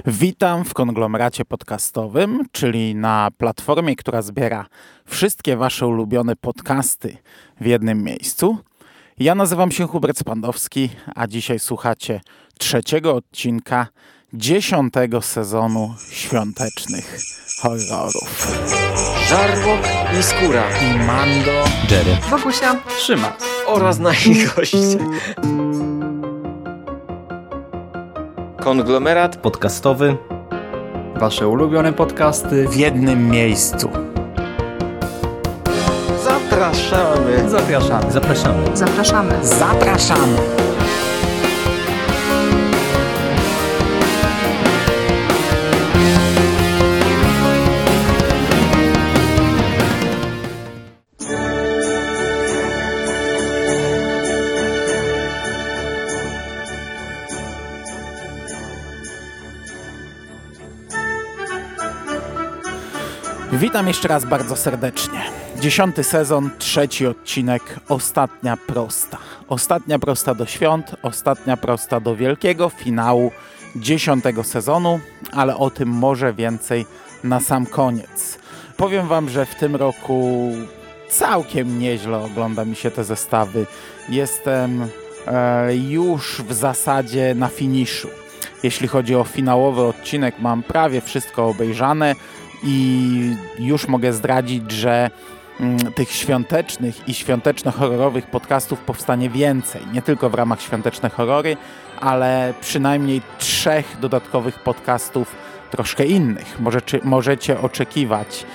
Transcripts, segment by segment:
Witam w konglomeracie podcastowym, czyli na platformie, która zbiera wszystkie wasze ulubione podcasty w jednym miejscu. Ja nazywam się Hubert Spandowski, a dzisiaj słuchacie trzeciego odcinka 10. sezonu świątecznych horrorów. Żarłok i Skóra I Mando, Jerry, Wokusia, Szymas oraz nasi goście. Konglomerat podcastowy. wasze ulubione podcasty. w jednym miejscu. zapraszamy. Zapraszamy. Zapraszamy! Witam jeszcze raz bardzo serdecznie. 10. sezon, 3. odcinek, ostatnia prosta. Ostatnia prosta do świąt, ostatnia prosta do wielkiego finału 10. sezonu, ale o tym może więcej na sam koniec. Powiem wam, że w tym roku całkiem nieźle ogląda mi się te zestawy. Jestem już w zasadzie na finiszu. Jeśli chodzi o finałowy odcinek, mam prawie wszystko obejrzane. I już mogę zdradzić, że tych świątecznych i świąteczno-horrorowych podcastów powstanie więcej. Nie tylko w ramach świąteczne horrory, ale przynajmniej 3 dodatkowych podcastów troszkę innych. Możecie oczekiwać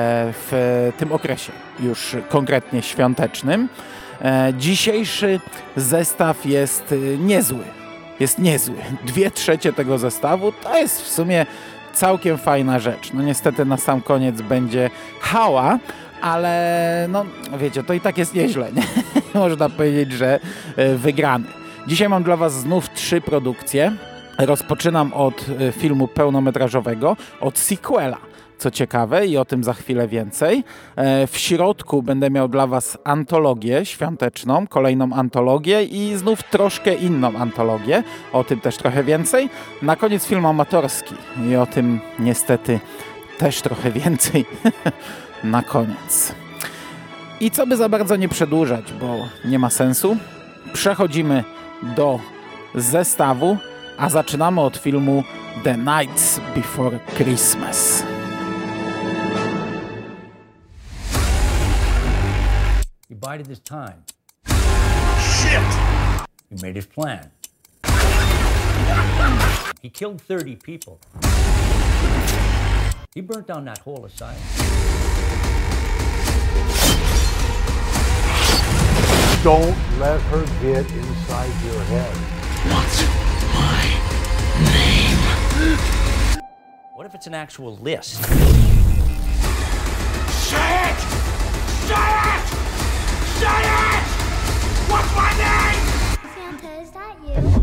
w tym okresie już konkretnie świątecznym. Dzisiejszy zestaw jest niezły. Jest niezły. 2/3 tego zestawu to jest w sumie całkiem fajna rzecz. No niestety na sam koniec będzie hała, ale no wiecie, to i tak jest nieźle, nie? Można powiedzieć, że wygrany. Dzisiaj mam dla was znów 3 produkcje. Rozpoczynam od filmu pełnometrażowego, od sequela. Co ciekawe i o tym za chwilę więcej. W środku będę miał dla was antologię świąteczną, kolejną antologię i znów troszkę inną antologię. O tym też trochę więcej. Na koniec film amatorski i o tym niestety też trochę więcej na koniec. I co by za bardzo nie przedłużać, bo nie ma sensu, przechodzimy do zestawu, a zaczynamy od filmu The Nights Before Christmas. He bided his time. Shit! He made his plan. He killed 30 people. He burnt down that whole asylum. Don't let her get inside your head. What's my name? What if it's an actual list? Say it! Say it! Say it! What's my name? Santa, is that you?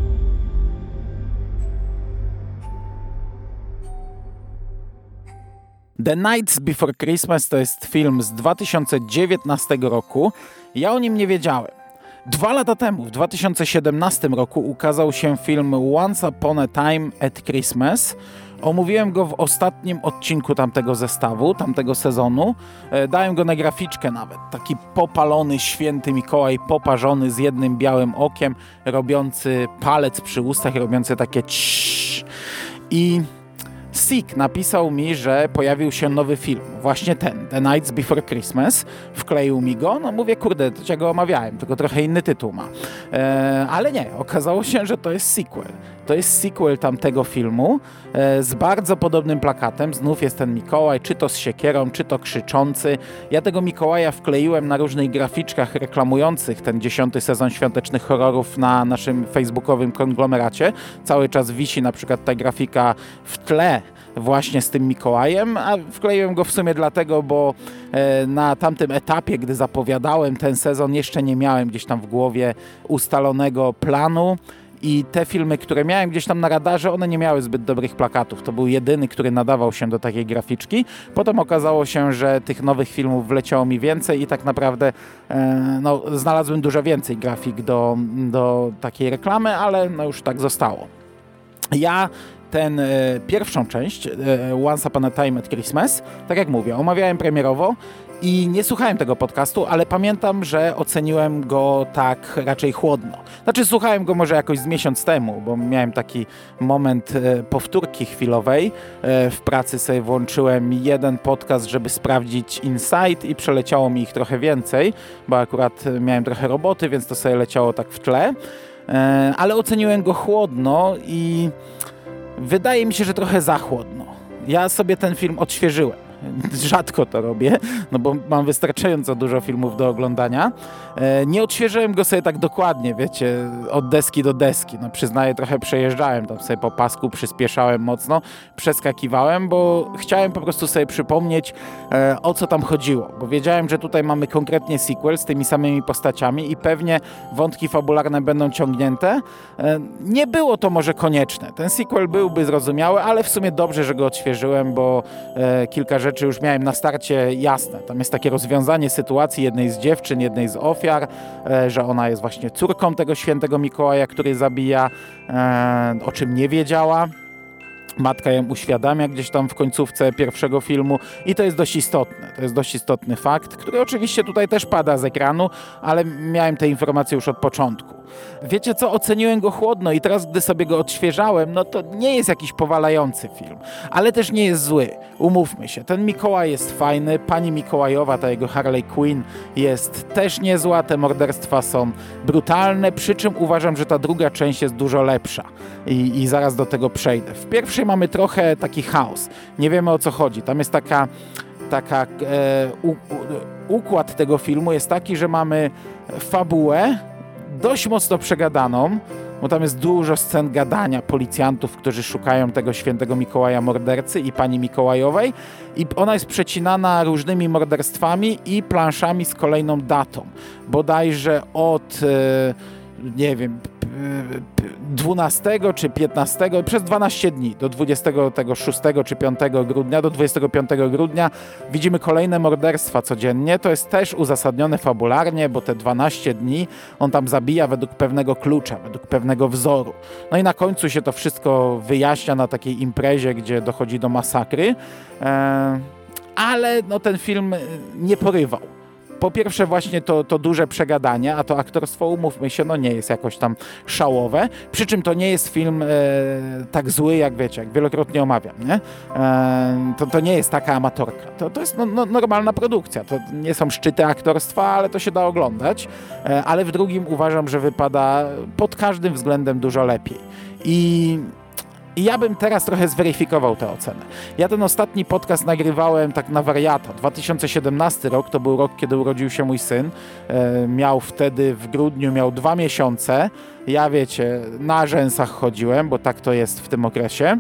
The Nights Before Christmas to jest film z 2019 roku. Ja o nim nie wiedziałem. 2 lata temu, w 2017 roku ukazał się film Once Upon a Time at Christmas. Omówiłem go w ostatnim odcinku tamtego zestawu, tamtego sezonu. Dałem go na graficzkę nawet. Taki popalony święty Mikołaj, poparzony z jednym białym okiem, robiący palec przy ustach, robiący takie ciii. I Sik napisał mi, że pojawił się nowy film. Właśnie ten, The Nights Before Christmas. Wkleił mi go. No mówię, kurde, to cię go omawiałem, tylko trochę inny tytuł ma. Ale nie, okazało się, że to jest sequel. To jest sequel tamtego filmu z bardzo podobnym plakatem. Znów jest ten Mikołaj, czy to z siekierą, czy to krzyczący. Ja tego Mikołaja wkleiłem na różnych graficzkach reklamujących ten 10. sezon świątecznych horrorów na naszym facebookowym konglomeracie. Cały czas wisi na przykład ta grafika w tle właśnie z tym Mikołajem, a wkleiłem go w sumie dlatego, bo na tamtym etapie, gdy zapowiadałem ten sezon, jeszcze nie miałem gdzieś tam w głowie ustalonego planu i te filmy, które miałem gdzieś tam na radarze, one nie miały zbyt dobrych plakatów. To był jedyny, który nadawał się do takiej graficzki. Potem okazało się, że tych nowych filmów wleciało mi więcej i tak naprawdę znalazłem dużo więcej grafik do takiej reklamy, ale no już tak zostało. Ja pierwszą część, Once Upon a Time at Christmas, tak jak mówię, omawiałem premierowo i nie słuchałem tego podcastu, ale pamiętam, że oceniłem go tak raczej chłodno. Znaczy słuchałem go może jakoś z miesiąc temu, bo miałem taki moment powtórki chwilowej. W pracy sobie włączyłem jeden podcast, żeby sprawdzić Insight i przeleciało mi ich trochę więcej, bo akurat miałem trochę roboty, więc to sobie leciało tak w tle. Ale oceniłem go chłodno i wydaje mi się, że trochę za chłodno. Ja sobie ten film odświeżyłem. Rzadko to robię, no bo mam wystarczająco dużo filmów do oglądania. Nie odświeżyłem go sobie tak dokładnie, wiecie, od deski do deski. No przyznaję, trochę przejeżdżałem tam sobie po pasku, przyspieszałem mocno, przeskakiwałem, bo chciałem po prostu sobie przypomnieć, o co tam chodziło. Bo wiedziałem, że tutaj mamy konkretnie sequel z tymi samymi postaciami i pewnie wątki fabularne będą ciągnięte. Nie było to może konieczne. Ten sequel byłby zrozumiały, ale w sumie dobrze, że go odświeżyłem, bo kilka rzeczy już miałem na starcie jasne. Tam jest takie rozwiązanie sytuacji jednej z dziewczyn, jednej z ofiar, że ona jest właśnie córką tego świętego Mikołaja, który zabija, o czym nie wiedziała. Matka ją uświadamia gdzieś tam w końcówce pierwszego filmu i to jest dość istotne. To jest dość istotny fakt, który oczywiście tutaj też pada z ekranu, ale miałem te informacje już od początku. Wiecie co? Oceniłem go chłodno i teraz, gdy sobie go odświeżałem, no to nie jest jakiś powalający film, ale też nie jest zły. Umówmy się, ten Mikołaj jest fajny, pani Mikołajowa, ta jego Harley Quinn jest też niezła, te morderstwa są brutalne, przy czym uważam, że ta druga część jest dużo lepsza i zaraz do tego przejdę. W pierwszej mamy trochę taki chaos, nie wiemy o co chodzi, tam jest układ tego filmu jest taki, że mamy fabułę dość mocno przegadaną, bo tam jest dużo scen gadania policjantów, którzy szukają tego świętego Mikołaja mordercy i pani Mikołajowej i ona jest przecinana różnymi morderstwami i planszami z kolejną datą. Bodajże od, nie wiem, 12 czy 15, przez 12 dni do 26 czy 5 grudnia, do 25 grudnia widzimy kolejne morderstwa codziennie. To jest też uzasadnione fabularnie, bo te 12 dni on tam zabija według pewnego klucza, według pewnego wzoru. No i na końcu się to wszystko wyjaśnia na takiej imprezie, gdzie dochodzi do masakry, ale no, ten film nie porywał. Po pierwsze właśnie to duże przegadanie, a to aktorstwo, umówmy się, no nie jest jakoś tam szałowe, przy czym to nie jest film tak zły, jak wiecie, jak wielokrotnie omawiam, nie? To nie jest taka amatorka, to jest normalna produkcja, to nie są szczyty aktorstwa, ale to się da oglądać, ale w drugim uważam, że wypada pod każdym względem dużo lepiej. I ja bym teraz trochę zweryfikował tę ocenę. Ja ten ostatni podcast nagrywałem tak na wariata. 2017 rok to był rok, kiedy urodził się mój syn. Miał wtedy w grudniu 2 miesiące. Ja wiecie, na rzęsach chodziłem, bo tak to jest w tym okresie.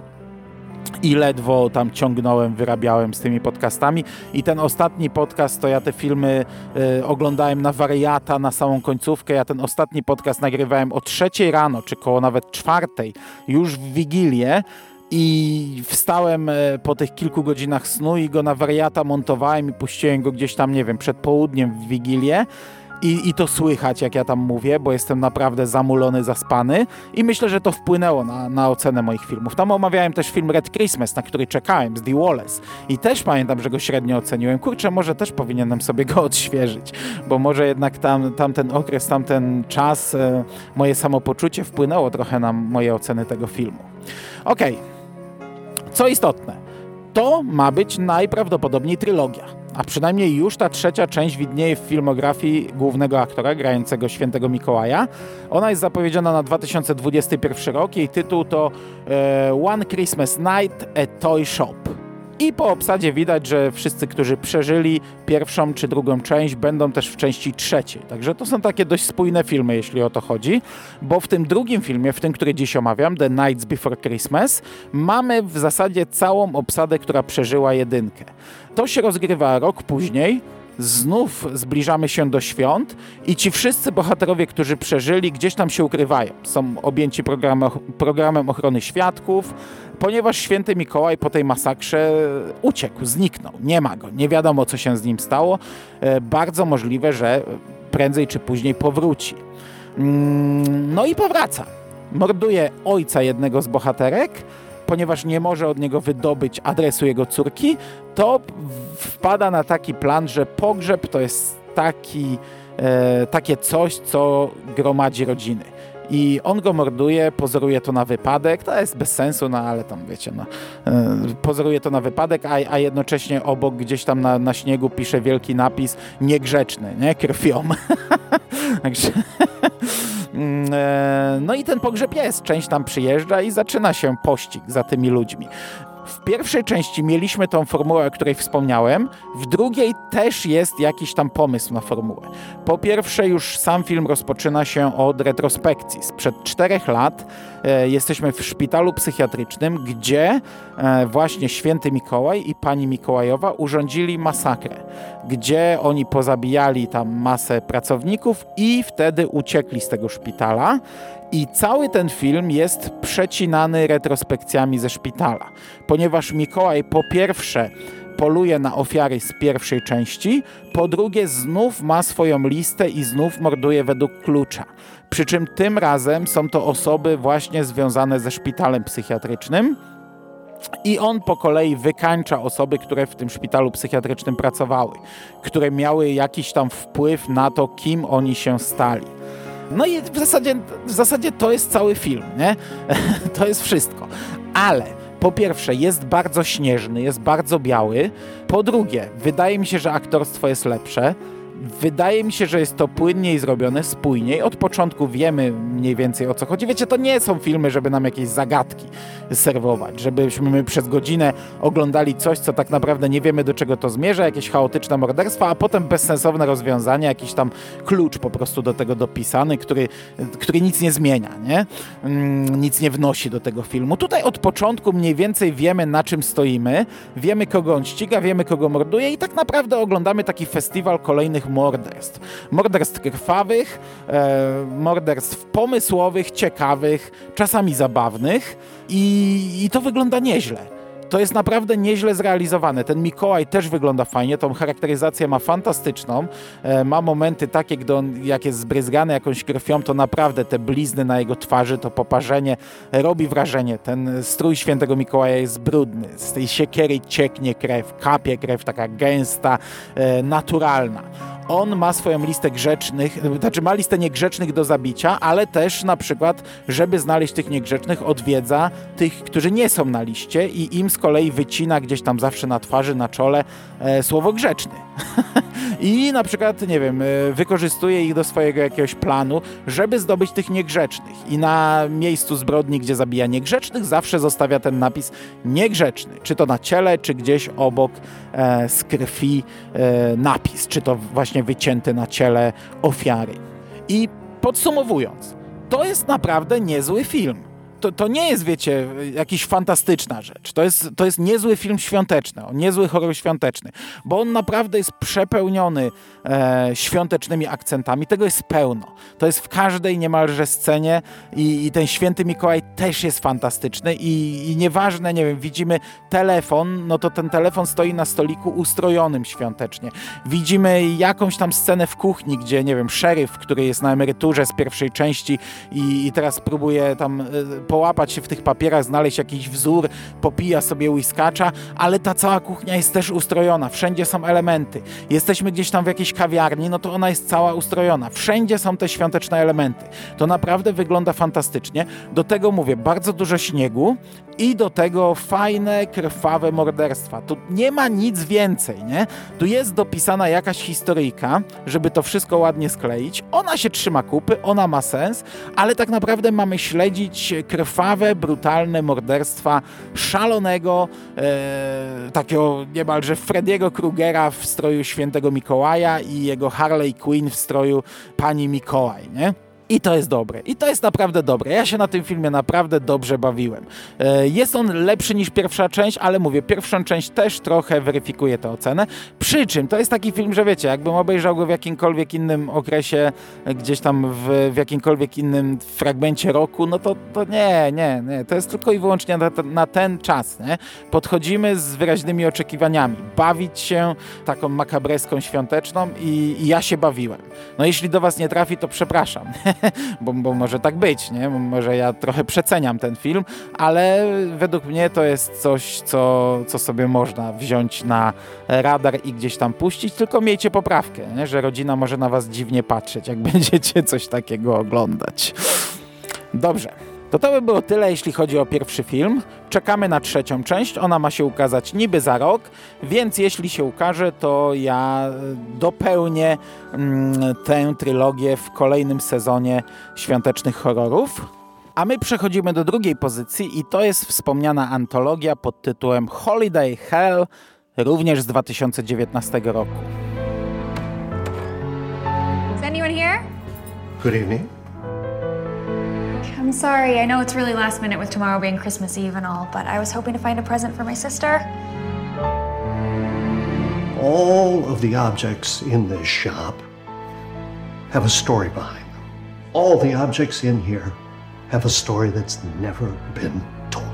I ledwo tam ciągnąłem, wyrabiałem z tymi podcastami i ten ostatni podcast to ja te filmy oglądałem na wariata, na samą końcówkę. Ja ten ostatni podcast nagrywałem o 3 rano, czy koło nawet 4, już w Wigilię i wstałem po tych kilku godzinach snu i go na wariata montowałem i puściłem go gdzieś tam, nie wiem, przed południem w Wigilię. I to słychać, jak ja tam mówię, bo jestem naprawdę zamulony, zaspany i myślę, że to wpłynęło na ocenę moich filmów. Tam omawiałem też film Red Christmas, na który czekałem, z Dee Wallace i też pamiętam, że go średnio oceniłem. Kurczę, może też powinienem sobie go odświeżyć, bo może jednak tamten okres, tamten czas, moje samopoczucie wpłynęło trochę na moje oceny tego filmu. Okej, co istotne, to ma być najprawdopodobniej trylogia. A przynajmniej już ta 3. część widnieje w filmografii głównego aktora grającego świętego Mikołaja. Ona jest zapowiedziana na 2021 rok. Jej tytuł to One Christmas Night at Toy Shop. I po obsadzie widać, że wszyscy, którzy przeżyli pierwszą czy drugą część, będą też w części 3. Także to są takie dość spójne filmy, jeśli o to chodzi, bo w tym drugim filmie, w tym, który dziś omawiam, The Nights Before Christmas, mamy w zasadzie całą obsadę, która przeżyła 1. To się rozgrywa rok później, znów zbliżamy się do świąt i ci wszyscy bohaterowie, którzy przeżyli, gdzieś tam się ukrywają. Są objęci programem ochrony świadków, ponieważ święty Mikołaj po tej masakrze uciekł, zniknął, nie ma go, nie wiadomo, co się z nim stało. Bardzo możliwe, że prędzej czy później powróci. No i powraca. morduje ojca jednego z bohaterek, ponieważ nie może od niego wydobyć adresu jego córki, to wpada na taki plan, że pogrzeb to jest takie coś, co gromadzi rodziny. I on go morduje, pozoruje to na wypadek, to jest bez sensu, no ale tam wiecie, pozoruje to na wypadek, a jednocześnie obok gdzieś tam na śniegu pisze wielki napis niegrzeczny, nie? Krwią. Także... No i ten pogrzeb jest, część tam przyjeżdża i zaczyna się pościg za tymi ludźmi. W pierwszej części mieliśmy tą formułę, o której wspomniałem, w drugiej też jest jakiś tam pomysł na formułę. Po pierwsze już sam film rozpoczyna się od retrospekcji. Sprzed 4 lat jesteśmy w szpitalu psychiatrycznym, gdzie właśnie święty Mikołaj i pani Mikołajowa urządzili masakrę, gdzie oni pozabijali tam masę pracowników i wtedy uciekli z tego szpitala. I cały ten film jest przecinany retrospekcjami ze szpitala, ponieważ Mikołaj po pierwsze poluje na ofiary z pierwszej części, po drugie znów ma swoją listę i znów morduje według klucza. Przy czym tym razem są to osoby właśnie związane ze szpitalem psychiatrycznym i on po kolei wykańcza osoby, które w tym szpitalu psychiatrycznym pracowały, które miały jakiś tam wpływ na to, kim oni się stali. No i w zasadzie to jest cały film, nie? To jest wszystko. Ale po pierwsze jest bardzo śnieżny, jest bardzo biały. Po drugie, wydaje mi się, że aktorstwo jest lepsze. Wydaje mi się, że jest to płynniej zrobione, spójniej. Od początku wiemy mniej więcej o co chodzi. Wiecie, to nie są filmy, żeby nam jakieś zagadki serwować, żebyśmy my przez godzinę oglądali coś, co tak naprawdę nie wiemy, do czego to zmierza, jakieś chaotyczne morderstwa, a potem bezsensowne rozwiązania, jakiś tam klucz po prostu do tego dopisany, który nic nie zmienia, nie? Nic nie wnosi do tego filmu. Tutaj od początku mniej więcej wiemy, na czym stoimy, wiemy, kogo on ściga, wiemy, kogo morduje i tak naprawdę oglądamy taki festiwal kolejnych morderstw. Morderstw krwawych, morderstw pomysłowych, ciekawych, czasami zabawnych i to wygląda nieźle. To jest naprawdę nieźle zrealizowane. Ten Mikołaj też wygląda fajnie, tą charakteryzację ma fantastyczną. Ma momenty takie, jak jest zbryzgany jakąś krwią, to naprawdę te blizny na jego twarzy, to poparzenie robi wrażenie. Ten strój świętego Mikołaja jest brudny. Z tej siekiery cieknie krew, kapie krew, taka gęsta, naturalna. On ma swoją listę grzecznych, znaczy ma listę niegrzecznych do zabicia, ale też na przykład, żeby znaleźć tych niegrzecznych, odwiedza tych, którzy nie są na liście i im z kolei wycina gdzieś tam zawsze na twarzy, na czole słowo grzeczny. I na przykład, nie wiem, wykorzystuje ich do swojego jakiegoś planu, żeby zdobyć tych niegrzecznych. I na miejscu zbrodni, gdzie zabija niegrzecznych, zawsze zostawia ten napis niegrzeczny. Czy to na ciele, czy gdzieś obok z krwi napis, czy to właśnie wycięty na ciele ofiary. I podsumowując, to jest naprawdę niezły film. To nie jest, wiecie, jakaś fantastyczna rzecz. To jest niezły film świąteczny, niezły horror świąteczny, bo on naprawdę jest przepełniony świątecznymi akcentami. Tego jest pełno. To jest w każdej niemalże scenie i ten święty Mikołaj też jest fantastyczny i nieważne, nie wiem, widzimy telefon, no to ten telefon stoi na stoliku ustrojonym świątecznie. Widzimy jakąś tam scenę w kuchni, gdzie, nie wiem, szeryf, który jest na emeryturze z pierwszej części i teraz próbuje tam połapać się w tych papierach, znaleźć jakiś wzór, popija sobie whiskacza, ale ta cała kuchnia jest też ustrojona, wszędzie są elementy. Jesteśmy gdzieś tam w jakiejś kawiarni, no to ona jest cała ustrojona. Wszędzie są te świąteczne elementy. To naprawdę wygląda fantastycznie. Do tego mówię, bardzo dużo śniegu i do tego fajne, krwawe morderstwa. Tu nie ma nic więcej, nie? Tu jest dopisana jakaś historyjka, żeby to wszystko ładnie skleić. Ona się trzyma kupy, ona ma sens, ale tak naprawdę mamy śledzić krwawe, brutalne morderstwa szalonego, takiego niemalże Freddy'ego Krugera w stroju świętego Mikołaja i jego Harley Quinn w stroju pani Mikołaj, nie? I to jest dobre. I to jest naprawdę dobre. Ja się na tym filmie naprawdę dobrze bawiłem. Jest on lepszy niż pierwsza część, ale mówię, pierwszą część też trochę weryfikuje tę ocenę. Przy czym to jest taki film, że wiecie, jakbym obejrzał go w jakimkolwiek innym okresie, gdzieś tam w jakimkolwiek innym fragmencie roku, no to nie. To jest tylko i wyłącznie na ten czas, nie? Podchodzimy z wyraźnymi oczekiwaniami. Bawić się taką makabreską świąteczną i ja się bawiłem. No jeśli do was nie trafi, to przepraszam. bo może tak być, nie? Może ja trochę przeceniam ten film, ale według mnie to jest coś, co sobie można wziąć na radar i gdzieś tam puścić, tylko miejcie poprawkę, nie? Że rodzina może na was dziwnie patrzeć, jak będziecie coś takiego oglądać. Dobrze. To by było tyle, jeśli chodzi o pierwszy film. Czekamy na trzecią część. Ona ma się ukazać niby za rok, więc jeśli się ukaże, to ja dopełnię tę trylogię w kolejnym sezonie świątecznych horrorów. A my przechodzimy do drugiej pozycji i to jest wspomniana antologia pod tytułem Holiday Hell, również z 2019 roku. Is anyone here? Good evening. I'm sorry, I know it's really last minute with tomorrow being Christmas Eve and all, but I was hoping to find a present for my sister. All of the objects in this shop have a story behind them. All the objects in here have a story that's never been told.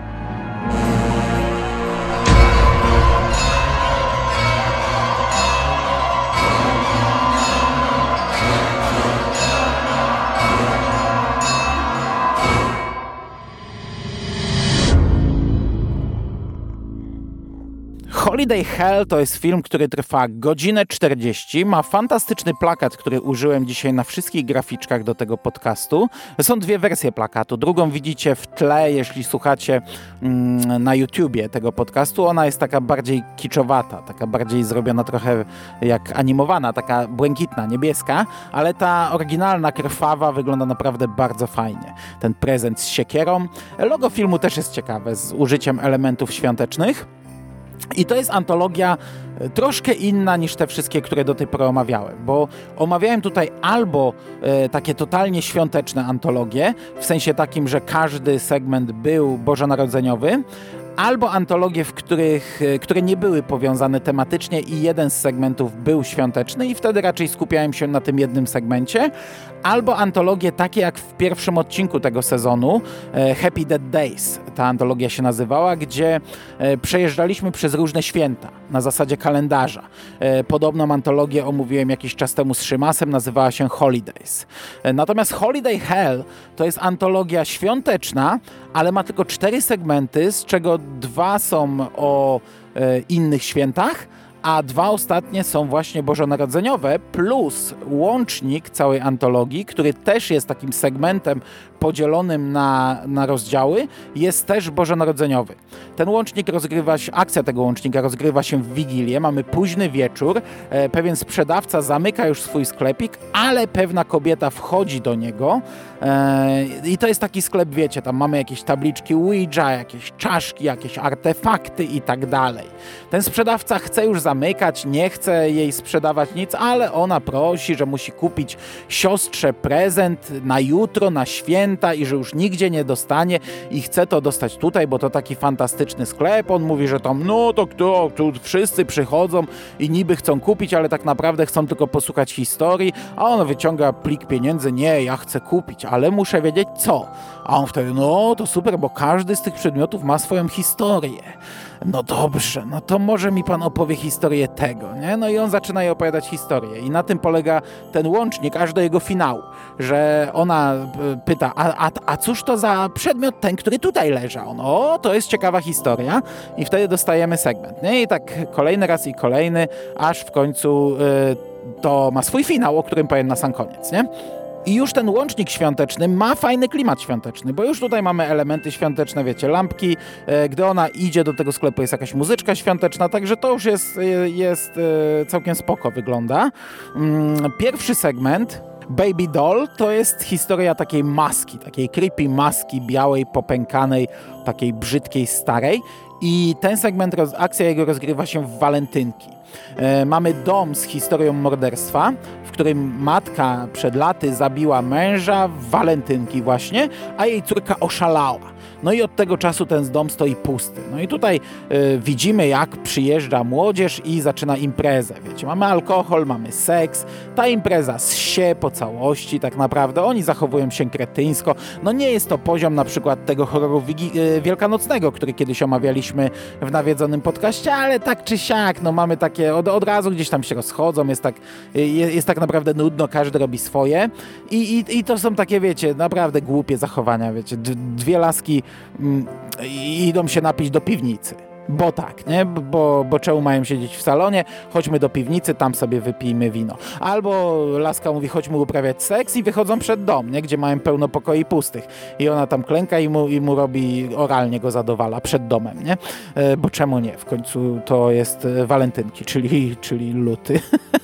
Holiday Hell to jest film, który trwa godzinę 40. Ma fantastyczny plakat, który użyłem dzisiaj na wszystkich graficzkach do tego podcastu. Są dwie wersje plakatu. Drugą widzicie w tle, jeśli słuchacie na YouTubie tego podcastu. Ona jest taka bardziej kiczowata, taka bardziej zrobiona trochę jak animowana, taka błękitna, niebieska, ale ta oryginalna, krwawa wygląda naprawdę bardzo fajnie. Ten prezent z siekierą. Logo filmu też jest ciekawe, z użyciem elementów świątecznych. I to jest antologia troszkę inna niż te wszystkie, które do tej pory omawiałem, bo omawiałem tutaj albo takie totalnie świąteczne antologie, w sensie takim, że każdy segment był bożonarodzeniowy, albo antologie, które nie były powiązane tematycznie i jeden z segmentów był świąteczny i wtedy raczej skupiałem się na tym jednym segmencie, albo antologie takie jak w pierwszym odcinku tego sezonu, Happy Dead Days, ta antologia się nazywała, gdzie przejeżdżaliśmy przez różne święta na zasadzie kalendarza. Podobną antologię omówiłem jakiś czas temu z Szymasem, nazywała się Holidays. Natomiast Holiday Hell to jest antologia świąteczna, ale ma tylko 4 segmenty, z czego 2 są o innych świętach, a 2 ostatnie są właśnie bożonarodzeniowe, plus łącznik całej antologii, który też jest takim segmentem podzielonym na rozdziały, jest też bożonarodzeniowy. Ten łącznik akcja tego łącznika rozgrywa się w Wigilię, mamy późny wieczór, pewien sprzedawca zamyka już swój sklepik, ale pewna kobieta wchodzi do niego i to jest taki sklep, wiecie, tam mamy jakieś tabliczki Ouija, jakieś czaszki, jakieś artefakty i tak dalej. Ten sprzedawca chce już zamykać, nie chce jej sprzedawać nic, ale ona prosi, że musi kupić siostrze prezent na jutro, na święta i że już nigdzie nie dostanie i chce to dostać tutaj, bo to taki fantastyczny sklep. On mówi, że tam, no to kto, tu wszyscy przychodzą i niby chcą kupić, ale tak naprawdę chcą tylko posłuchać historii, a on wyciąga plik pieniędzy, nie, ja chcę kupić, ale muszę wiedzieć co. A on wtedy, no to super, bo każdy z tych przedmiotów ma swoją historię. No dobrze, no to może mi pan opowie historię tego, nie? No i on zaczyna jej opowiadać historię i na tym polega ten łącznik aż do jego finału, że ona pyta, a cóż to za przedmiot ten, który tutaj leży? On, o, to jest ciekawa historia i wtedy dostajemy segment, nie? I tak kolejny raz i kolejny, aż w końcu to ma swój finał, o którym powiem na sam koniec, nie? I już ten łącznik świąteczny ma fajny klimat świąteczny, bo już tutaj mamy elementy świąteczne, wiecie, lampki, gdy ona idzie do tego sklepu jest jakaś muzyczka świąteczna, także to już jest całkiem spoko wygląda. Pierwszy segment, Baby Doll, to jest historia takiej maski, takiej creepy maski białej, popękanej, takiej brzydkiej, starej i ten segment, akcja jego rozgrywa się w walentynki. Mamy dom z historią morderstwa, w którym matka przed laty zabiła męża w walentynki właśnie, a jej córka oszalała. No i od tego czasu ten dom stoi pusty. No i tutaj widzimy, jak przyjeżdża młodzież i zaczyna imprezę. Wiecie, mamy alkohol, mamy seks, ta impreza zsie po całości tak naprawdę, oni zachowują się kretyńsko. No nie jest to poziom na przykład tego horroru wielkanocnego, który kiedyś omawialiśmy w nawiedzonym podcaście, ale tak czy siak, no mamy takie, od razu gdzieś tam się rozchodzą, jest tak naprawdę nudno, każdy robi swoje i to są takie, wiecie, naprawdę głupie zachowania, wiecie, dwie laski idą się napić do piwnicy. Bo tak, nie? Bo czemu mają siedzieć w salonie? Chodźmy do piwnicy, tam sobie wypijmy wino. Albo laska mówi, chodźmy uprawiać seks i wychodzą przed dom, nie? Gdzie mają pełno pokoi pustych. I ona tam klęka i mu robi, oralnie go zadowala przed domem, nie? Bo czemu nie? W końcu to jest walentynki, czyli luty.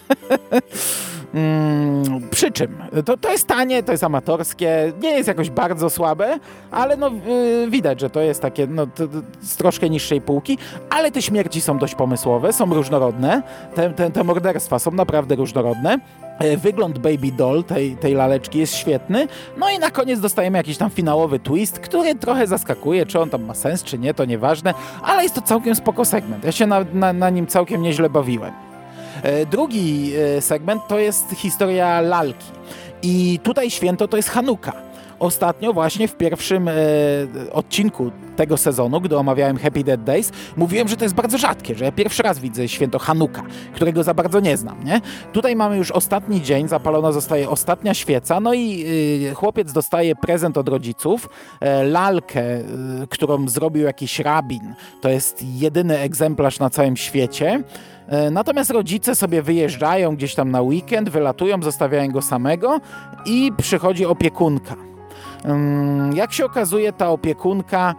Przy czym to jest tanie, to jest amatorskie, nie jest jakoś bardzo słabe, ale no widać, że to jest takie z troszkę niższej półki, ale te śmierci są dość pomysłowe, są różnorodne, te morderstwa są naprawdę różnorodne. Wygląd Baby Doll, tej laleczki, jest świetny. No i na koniec dostajemy jakiś tam finałowy twist, który trochę zaskakuje, czy on tam ma sens, czy nie, to nieważne, ale jest to całkiem spoko segment. Ja się na nim całkiem nieźle bawiłem. Drugi segment to jest historia lalki i tutaj święto to jest Hanuka. Ostatnio właśnie w pierwszym odcinku tego sezonu, gdy omawiałem Happy Death Days, mówiłem, że to jest bardzo rzadkie, że ja pierwszy raz widzę święto Hanuka, którego za bardzo nie znam, nie? Tutaj mamy już ostatni dzień, zapalona zostaje ostatnia świeca, no i chłopiec dostaje prezent od rodziców, lalkę, którą zrobił jakiś rabin. To jest jedyny egzemplarz na całym świecie. Natomiast rodzice sobie wyjeżdżają gdzieś tam na weekend, wylatują, zostawiają go samego i przychodzi opiekunka. Jak się okazuje, ta opiekunka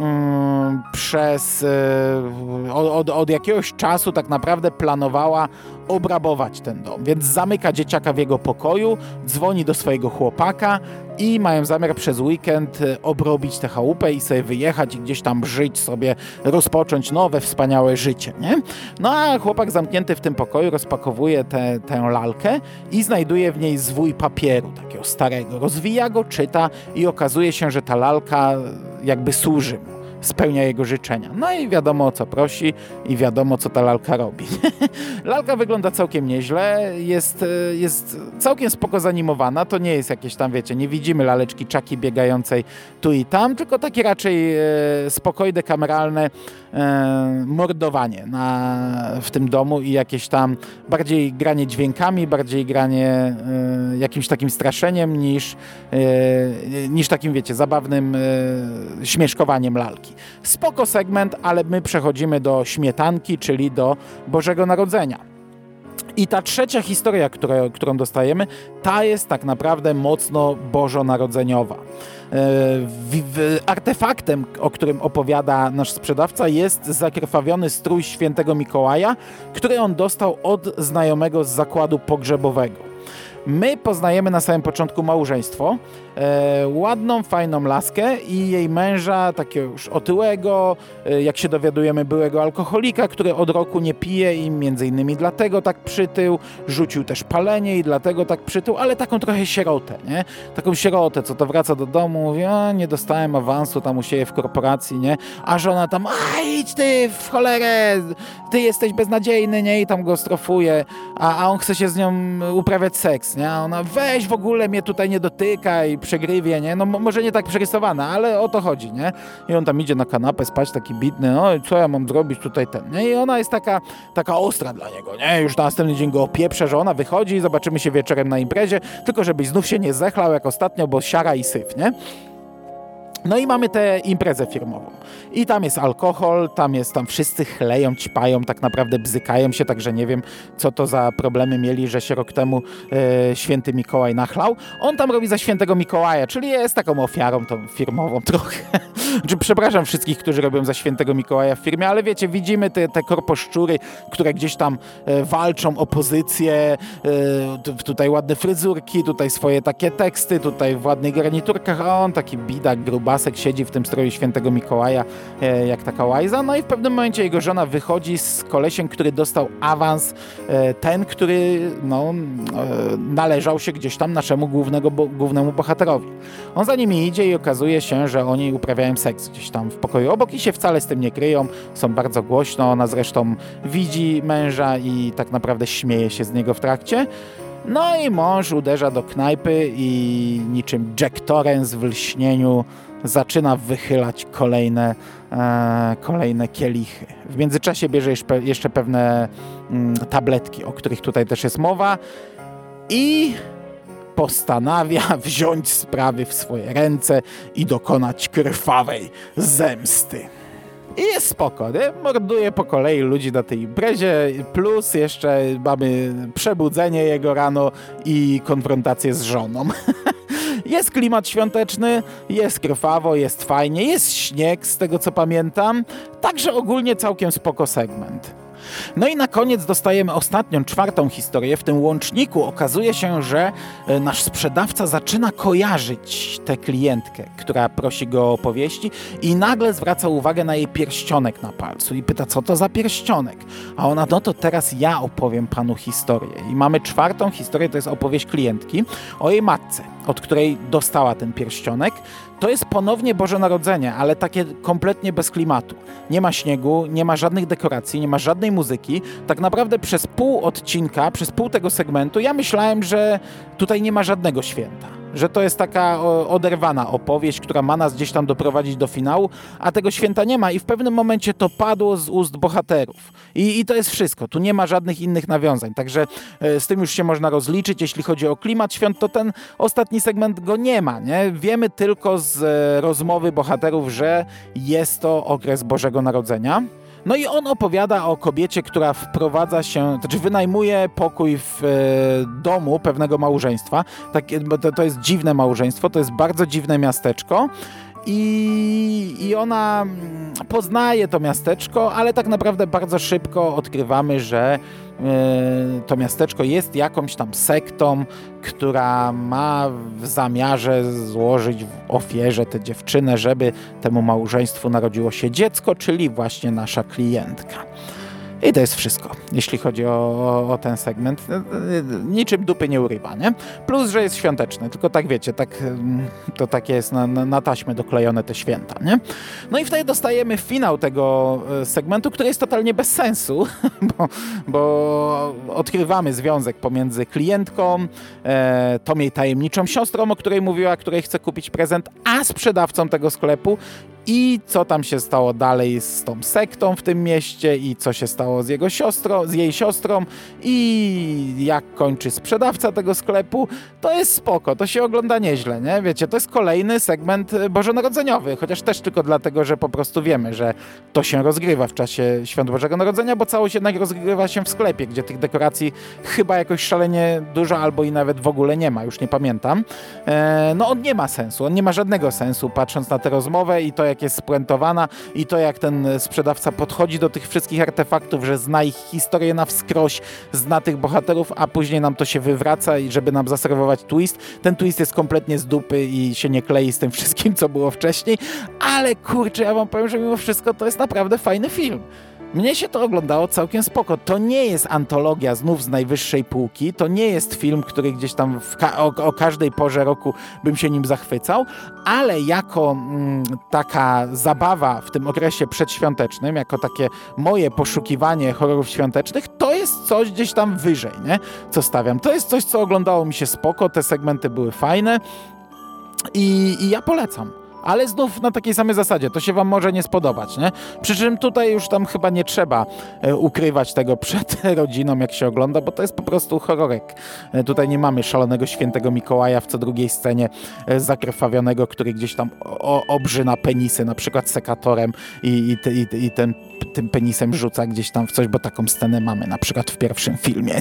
od jakiegoś czasu tak naprawdę planowała obrabować ten dom, więc zamyka dzieciaka w jego pokoju, dzwoni do swojego chłopaka i mają zamiar przez weekend obrobić tę chałupę i sobie wyjechać i gdzieś tam żyć sobie, rozpocząć nowe, wspaniałe życie, nie? No a chłopak zamknięty w tym pokoju rozpakowuje tę lalkę i znajduje w niej zwój papieru, takiego starego. Rozwija go, czyta i okazuje się, że ta lalka jakby służy mu. Spełnia jego życzenia. No i wiadomo, o co prosi i wiadomo, co ta lalka robi. Lalka wygląda całkiem nieźle, jest całkiem spoko zanimowana, to nie jest jakieś tam, wiecie, nie widzimy laleczki Chucky biegającej tu i tam, tylko takie raczej spokojne, kameralne mordowanie w tym domu i jakieś tam bardziej granie dźwiękami, bardziej granie jakimś takim straszeniem niż takim, wiecie, zabawnym śmieszkowaniem lalki. Spoko segment, ale my przechodzimy do śmietanki, czyli do Bożego Narodzenia. I ta trzecia historia, którą dostajemy, ta jest tak naprawdę mocno bożonarodzeniowa. Artefaktem, o którym opowiada nasz sprzedawca, jest zakrwawiony strój świętego Mikołaja, który on dostał od znajomego z zakładu pogrzebowego. My poznajemy na samym początku małżeństwo, ładną, fajną laskę i jej męża, takiego już otyłego, jak się dowiadujemy, byłego alkoholika, który od roku nie pije i między innymi dlatego tak przytył, rzucił też palenie i dlatego tak przytył, ale taką trochę sierotę, nie? Taką sierotę, co to wraca do domu, mówi, nie dostałem awansu tam u siebie w korporacji, nie? A żona tam, idź ty w cholerę, ty jesteś beznadziejny, nie? I tam go strofuje, a on chce się z nią uprawiać seks, nie? A ona, weź w ogóle mnie tutaj nie dotykaj, przegrywie, nie? No może nie tak przerysowana, ale o to chodzi, nie? I on tam idzie na kanapę spać, taki bitny, no i co ja mam zrobić tutaj nie? I ona jest taka ostra dla niego, nie? Już na następny dzień go opieprze, że ona wychodzi, zobaczymy się wieczorem na imprezie, tylko żebyś znów się nie zechlał jak ostatnio, bo siara i syf, nie? No i mamy tę imprezę firmową. I tam jest alkohol, tam wszyscy chleją, ćpają, tak naprawdę bzykają się, także nie wiem, co to za problemy mieli, że się rok temu święty Mikołaj nachlał. On tam robi za świętego Mikołaja, czyli jest taką ofiarą tą firmową trochę. Przepraszam wszystkich, którzy robią za świętego Mikołaja w firmie, ale wiecie, widzimy te korposzczury, które gdzieś tam walczą o pozycję, tutaj ładne fryzurki, tutaj swoje takie teksty, tutaj w ładnych garniturkach, a on taki bidak, gruba grubasek, siedzi w tym stroju świętego Mikołaja jak taka łajza, no i w pewnym momencie jego żona wychodzi z kolesiem, który dostał awans, ten, który należał się gdzieś tam naszemu głównemu bohaterowi. On za nimi idzie i okazuje się, że oni uprawiają seks gdzieś tam w pokoju obok i się wcale z tym nie kryją, są bardzo głośno, ona zresztą widzi męża i tak naprawdę śmieje się z niego w trakcie. No i mąż uderza do knajpy i niczym Jack Torrance w lśnieniu zaczyna wychylać kolejne kielichy. W międzyczasie bierze jeszcze pewne tabletki, o których tutaj też jest mowa i postanawia wziąć sprawy w swoje ręce i dokonać krwawej zemsty. I jest spoko, nie? Morduje po kolei ludzi na tej imprezie, plus jeszcze mamy przebudzenie jego rano i konfrontację z żoną. Jest klimat świąteczny, jest krwawo, jest fajnie, jest śnieg z tego co pamiętam, także ogólnie całkiem spoko segment. No i na koniec dostajemy ostatnią, czwartą historię. W tym łączniku okazuje się, że nasz sprzedawca zaczyna kojarzyć tę klientkę, która prosi go o opowieści i nagle zwraca uwagę na jej pierścionek na palcu i pyta, co to za pierścionek? A ona, no to teraz ja opowiem panu historię. I mamy czwartą historię, to jest opowieść klientki o jej matce, od której dostała ten pierścionek. To jest ponownie Boże Narodzenie, ale takie kompletnie bez klimatu. Nie ma śniegu, nie ma żadnych dekoracji, nie ma żadnej muzyki. Tak naprawdę przez pół odcinka, przez pół tego segmentu ja myślałem, że tutaj nie ma żadnego święta. Że to jest taka oderwana opowieść, która ma nas gdzieś tam doprowadzić do finału, a tego święta nie ma i w pewnym momencie to padło z ust bohaterów. I to jest wszystko. Tu nie ma żadnych innych nawiązań. Także z tym już się można rozliczyć. Jeśli chodzi o klimat świąt, to ten ostatni segment go nie ma. Nie? Wiemy tylko z rozmowy bohaterów, że jest to okres Bożego Narodzenia. No i on opowiada o kobiecie, która wprowadza się, znaczy wynajmuje pokój w domu pewnego małżeństwa. To jest dziwne małżeństwo, to jest bardzo dziwne miasteczko. I ona poznaje to miasteczko, ale tak naprawdę bardzo szybko odkrywamy, że to miasteczko jest jakąś tam sektą, która ma w zamiarze złożyć w ofierze tę dziewczynę, żeby temu małżeństwu narodziło się dziecko, czyli właśnie nasza klientka. I to jest wszystko, jeśli chodzi o ten segment. Niczym dupy nie urywa, nie? Plus, że jest świąteczny, tylko tak wiecie, to takie jest na taśmę doklejone te święta, nie? No i wtedy dostajemy finał tego segmentu, który jest totalnie bez sensu, bo odkrywamy związek pomiędzy klientką, tą jej tajemniczą siostrą, o której mówiła, której chce kupić prezent, a sprzedawcą tego sklepu. I co tam się stało dalej z tą sektą w tym mieście i co się stało z jej siostrą i jak kończy sprzedawca tego sklepu, to jest spoko, to się ogląda nieźle, nie? Wiecie, to jest kolejny segment bożonarodzeniowy, chociaż też tylko dlatego, że po prostu wiemy, że to się rozgrywa w czasie Świąt Bożego Narodzenia, bo całość jednak rozgrywa się w sklepie, gdzie tych dekoracji chyba jakoś szalenie dużo albo i nawet w ogóle nie ma, już nie pamiętam. No on nie ma sensu, on nie ma żadnego sensu, patrząc na tę rozmowę i to jak jest spuentowana i to jak ten sprzedawca podchodzi do tych wszystkich artefaktów, że zna ich historię na wskroś, zna tych bohaterów, a później nam to się wywraca i żeby nam zaserwować twist. Ten twist jest kompletnie z dupy i się nie klei z tym wszystkim, co było wcześniej, ale kurczę, ja wam powiem, że mimo wszystko to jest naprawdę fajny film. Mnie się to oglądało całkiem spoko. To nie jest antologia znów z najwyższej półki, to nie jest film, który gdzieś tam o każdej porze roku bym się nim zachwycał, ale jako taka zabawa w tym okresie przedświątecznym, jako takie moje poszukiwanie horrorów świątecznych, to jest coś gdzieś tam wyżej, nie? Co stawiam. To jest coś, co oglądało mi się spoko, te segmenty były fajne i ja polecam. Ale znów na takiej samej zasadzie, to się wam może nie spodobać, nie? Przy czym tutaj już tam chyba nie trzeba ukrywać tego przed rodziną, jak się ogląda, bo to jest po prostu horrorek. Tutaj nie mamy szalonego świętego Mikołaja w co drugiej scenie zakrwawionego, który gdzieś tam obrzyna penisy, na przykład sekatorem i tym penisem rzuca gdzieś tam w coś, bo taką scenę mamy na przykład w pierwszym filmie.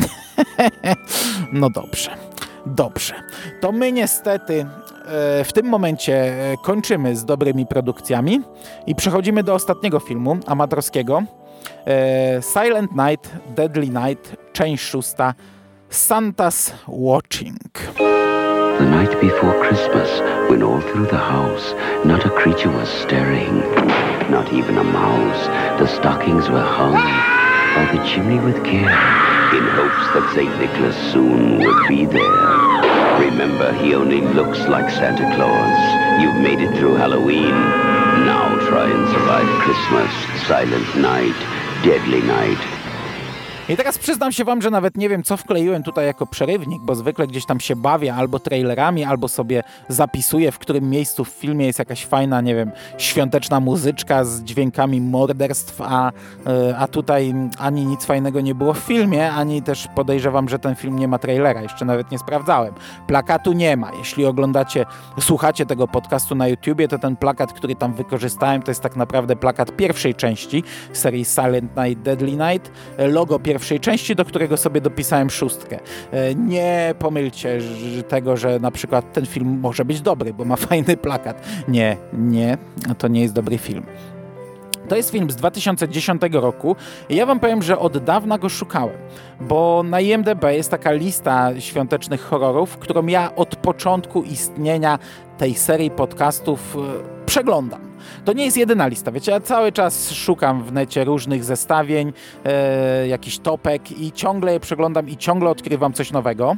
No dobrze. To my niestety w tym momencie kończymy z dobrymi produkcjami i przechodzimy do ostatniego filmu amatorskiego. Silent Night, Deadly Night, część 6. Santa's Watching. The night before Christmas, when all through the house, not a creature was stirring, not even a mouse. The stockings were hung by the chimney with care, in hopes that St. Nicholas soon would be there. Remember, he only looks like Santa Claus. You've made it through Halloween. Now try and survive Christmas, Silent Night, Deadly Night. I teraz przyznam się wam, że nawet nie wiem, co wkleiłem tutaj jako przerywnik, bo zwykle gdzieś tam się bawię albo trailerami, albo sobie zapisuję, w którym miejscu w filmie jest jakaś fajna, nie wiem, świąteczna muzyczka z dźwiękami morderstw, a tutaj ani nic fajnego nie było w filmie, ani też podejrzewam, że ten film nie ma trailera, jeszcze nawet nie sprawdzałem. Plakatu nie ma. Jeśli słuchacie tego podcastu na YouTubie, to ten plakat, który tam wykorzystałem, to jest tak naprawdę plakat pierwszej części serii Silent Night, Deadly Night, logo pierwszej części, do którego sobie dopisałem 6. Nie pomylcie tego, że na przykład ten film może być dobry, bo ma fajny plakat. Nie, to nie jest dobry film. To jest film z 2010 roku i ja wam powiem, że od dawna go szukałem, bo na IMDb jest taka lista świątecznych horrorów, którą ja od początku istnienia tej serii podcastów przeglądam. To nie jest jedyna lista, wiecie, ja cały czas szukam w necie różnych zestawień, jakichś topek i ciągle je przeglądam i ciągle odkrywam coś nowego.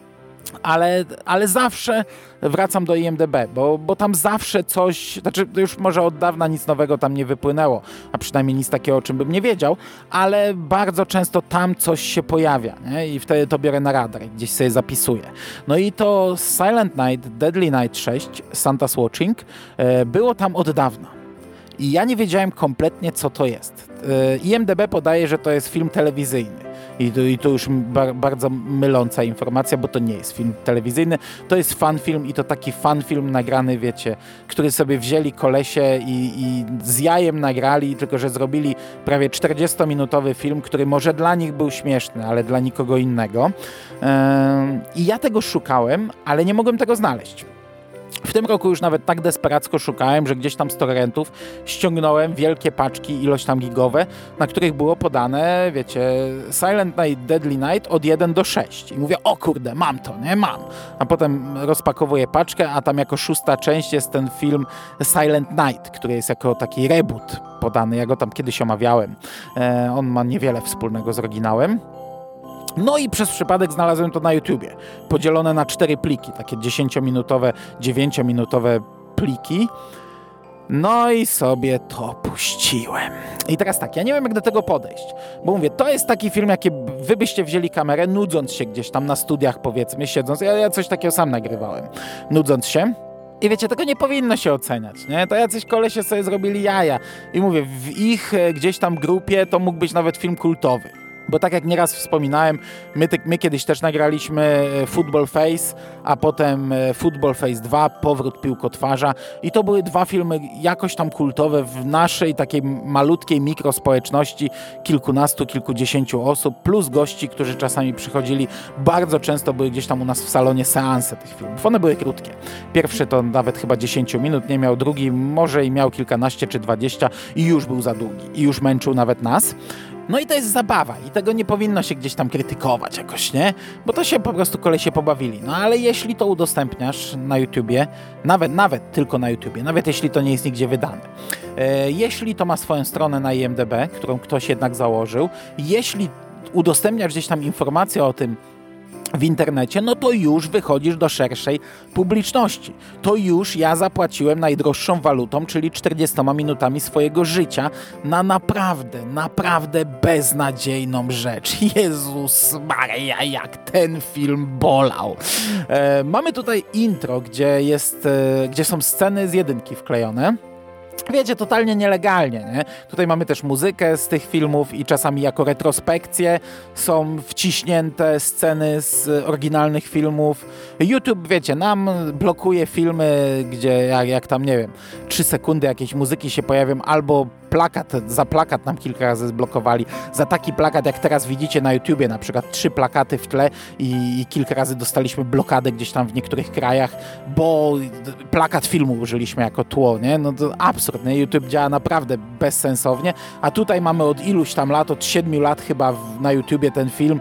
Ale zawsze wracam do IMDb, bo tam zawsze coś, znaczy już może od dawna nic nowego tam nie wypłynęło, a przynajmniej nic takiego, o czym bym nie wiedział, ale bardzo często tam coś się pojawia, nie? I wtedy to biorę na radar, gdzieś sobie zapisuję. No i to Silent Night, Deadly Night 6, Santa's Watching, było tam od dawna. I ja nie wiedziałem kompletnie, co to jest. IMDb podaje, że to jest film telewizyjny. I to już bardzo myląca informacja, bo to nie jest film telewizyjny. To jest fanfilm i to taki fanfilm nagrany, wiecie, który sobie wzięli kolesie i z jajem nagrali, tylko że zrobili prawie 40-minutowy film, który może dla nich był śmieszny, ale dla nikogo innego. I ja tego szukałem, ale nie mogłem tego znaleźć. W tym roku już nawet tak desperacko szukałem, że gdzieś tam z torrentów ściągnąłem wielkie paczki, ilość tam gigowe, na których było podane, wiecie, Silent Night, Deadly Night od 1 do 6. I mówię, o kurde, mam to, nie? Mam. A potem rozpakowuję paczkę, a tam jako 6. część jest ten film Silent Night, który jest jako taki reboot podany. Ja go tam kiedyś omawiałem. On ma niewiele wspólnego z oryginałem. No i przez przypadek znalazłem to na YouTubie, podzielone na 4 pliki, takie 10-minutowe, 9-minutowe pliki. No i sobie to puściłem. I teraz tak, ja nie wiem, jak do tego podejść, bo mówię, to jest taki film, jaki wy byście wzięli kamerę, nudząc się gdzieś tam na studiach, powiedzmy, siedząc, ja coś takiego sam nagrywałem, nudząc się. I wiecie, tego nie powinno się oceniać, nie? To jacyś kolesie sobie zrobili jaja. I mówię, w ich gdzieś tam grupie to mógł być nawet film kultowy. Bo tak jak nieraz wspominałem, my kiedyś też nagraliśmy Football Face, a potem Football Face 2, Powrót piłkotwarza i to były 2 filmy jakoś tam kultowe w naszej takiej malutkiej mikrospołeczności, kilkunastu, kilkudziesięciu osób, plus gości, którzy czasami przychodzili. Bardzo często były gdzieś tam u nas w salonie seanse tych filmów. One były krótkie. Pierwszy to nawet chyba 10 minut nie miał, drugi może i miał kilkanaście czy 20 i już był za długi i już męczył nawet nas. No i to jest zabawa i tego nie powinno się gdzieś tam krytykować jakoś, nie? Bo to się po prostu kolesie pobawili. No ale jeśli to udostępniasz na YouTubie, nawet tylko na YouTubie, nawet jeśli to nie jest nigdzie wydane, jeśli to ma swoją stronę na IMDb, którą ktoś jednak założył, jeśli udostępniasz gdzieś tam informacje o tym w internecie, no to już wychodzisz do szerszej publiczności. To już ja zapłaciłem najdroższą walutą, czyli 40 minutami swojego życia na naprawdę beznadziejną rzecz. Jezus Maria, jak ten film bolał. Mamy tutaj intro, gdzie są sceny z 1 wklejone. Wiecie, totalnie nielegalnie, nie? Tutaj mamy też muzykę z tych filmów i czasami jako retrospekcje są wciśnięte sceny z oryginalnych filmów. YouTube, wiecie, nam blokuje filmy, gdzie jak tam, nie wiem, 3 sekundy jakiejś muzyki się pojawią, albo za plakat nam kilka razy zblokowali, za taki plakat, jak teraz widzicie na YouTubie, na przykład 3 plakaty w tle i kilka razy dostaliśmy blokadę gdzieś tam w niektórych krajach, bo plakat filmu użyliśmy jako tło, nie? No to absurd, nie? YouTube działa naprawdę bezsensownie, a tutaj mamy od iluś tam lat, od 7 lat chyba na YouTubie ten film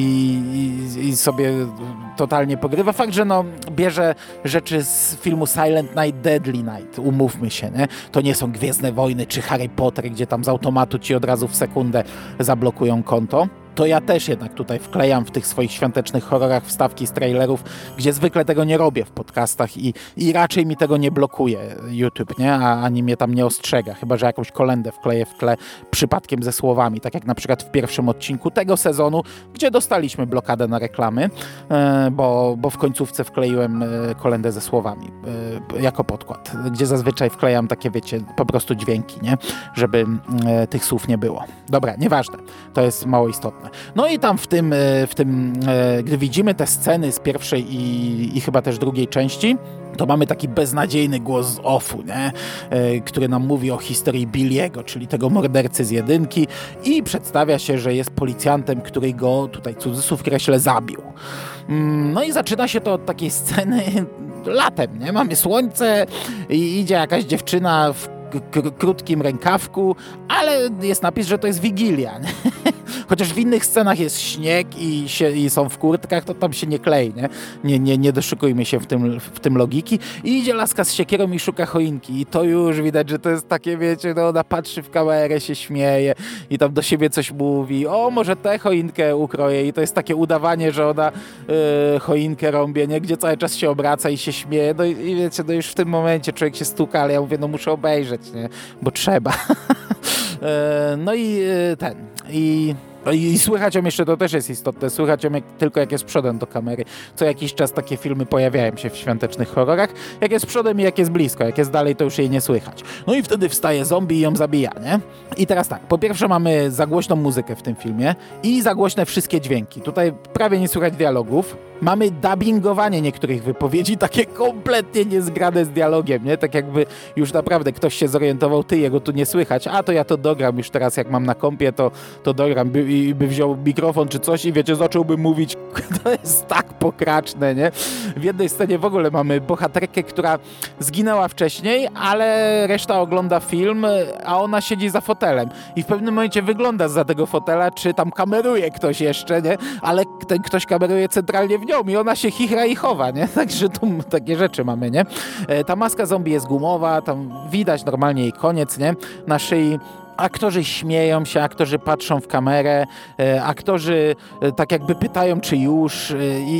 i sobie totalnie pogrywa. Fakt, że no bierze rzeczy z filmu Silent Night, Deadly Night, umówmy się, nie? To nie są Gwiezdne Wojny czy Harry Potter, gdzie tam z automatu ci od razu w sekundę zablokują konto. To ja też jednak tutaj wklejam w tych swoich świątecznych horrorach wstawki z trailerów, gdzie zwykle tego nie robię w podcastach i raczej mi tego nie blokuje YouTube, nie? Ani mnie tam nie ostrzega, chyba że jakąś kolędę wkleję w tle przypadkiem ze słowami, tak jak na przykład w pierwszym odcinku tego sezonu, gdzie dostaliśmy blokadę na reklamy, bo w końcówce wkleiłem kolędę ze słowami jako podkład, gdzie zazwyczaj wklejam takie, wiecie, po prostu dźwięki, nie? Żeby tych słów nie było. Dobra, nieważne, to jest mało istotne. No i tam w tym gdy widzimy te sceny z pierwszej i chyba też drugiej części, to mamy taki beznadziejny głos z offu, nie? Który nam mówi o historii Billiego, czyli tego mordercy z 1 i przedstawia się, że jest policjantem, który go, tutaj cudzysłów kreślę, zabił. No i zaczyna się to od takiej sceny latem, nie? Mamy słońce i idzie jakaś dziewczyna w krótkim rękawku, ale jest napis, że to jest Wigilia, nie? Chociaż w innych scenach jest śnieg i są w kurtkach, to tam się nie klei, nie? Nie doszukujmy się w tym logiki. I idzie laska z siekierą i szuka choinki. I to już widać, że to jest takie, wiecie, no ona patrzy w kamerę, się śmieje i tam do siebie coś mówi. O, może tę choinkę ukroję. I to jest takie udawanie, że ona choinkę rąbie, nie? Gdzie cały czas się obraca i się śmieje. No i wiecie, no już w tym momencie człowiek się stuka, ale ja mówię, no muszę obejrzeć, nie? Bo trzeba. No i I słychać ją jeszcze, to też jest istotne, słychać ją tylko jak jest przodem do kamery. Co jakiś czas takie filmy pojawiają się w świątecznych horrorach. Jak jest przodem i jak jest blisko, jak jest dalej, to już jej nie słychać. No i wtedy wstaje zombie i ją zabija, nie? I teraz tak, po pierwsze mamy za głośną muzykę w tym filmie i za głośne wszystkie dźwięki. Tutaj prawie nie słychać dialogów. Mamy dubbingowanie niektórych wypowiedzi, takie kompletnie niezgrane z dialogiem, nie? Tak jakby już naprawdę ktoś się zorientował, ty, jego tu nie słychać, a to ja to dogram już teraz, jak mam na kompie, to dogram i by wziął mikrofon czy coś i wiecie, zacząłby mówić, to jest tak pokraczne, nie? W jednej scenie w ogóle mamy bohaterkę, która zginęła wcześniej, ale reszta ogląda film, a ona siedzi za fotelem i w pewnym momencie wygląda zza tego fotela, czy tam kameruje ktoś jeszcze, nie? Ale ten ktoś kameruje centralnie w nią i ona się chichra i chowa, nie? Także tu takie rzeczy mamy, nie? Ta maska zombie jest gumowa, tam widać normalnie jej koniec, nie? Na szyi. Aktorzy śmieją się, aktorzy patrzą w kamerę, aktorzy tak jakby pytają, czy już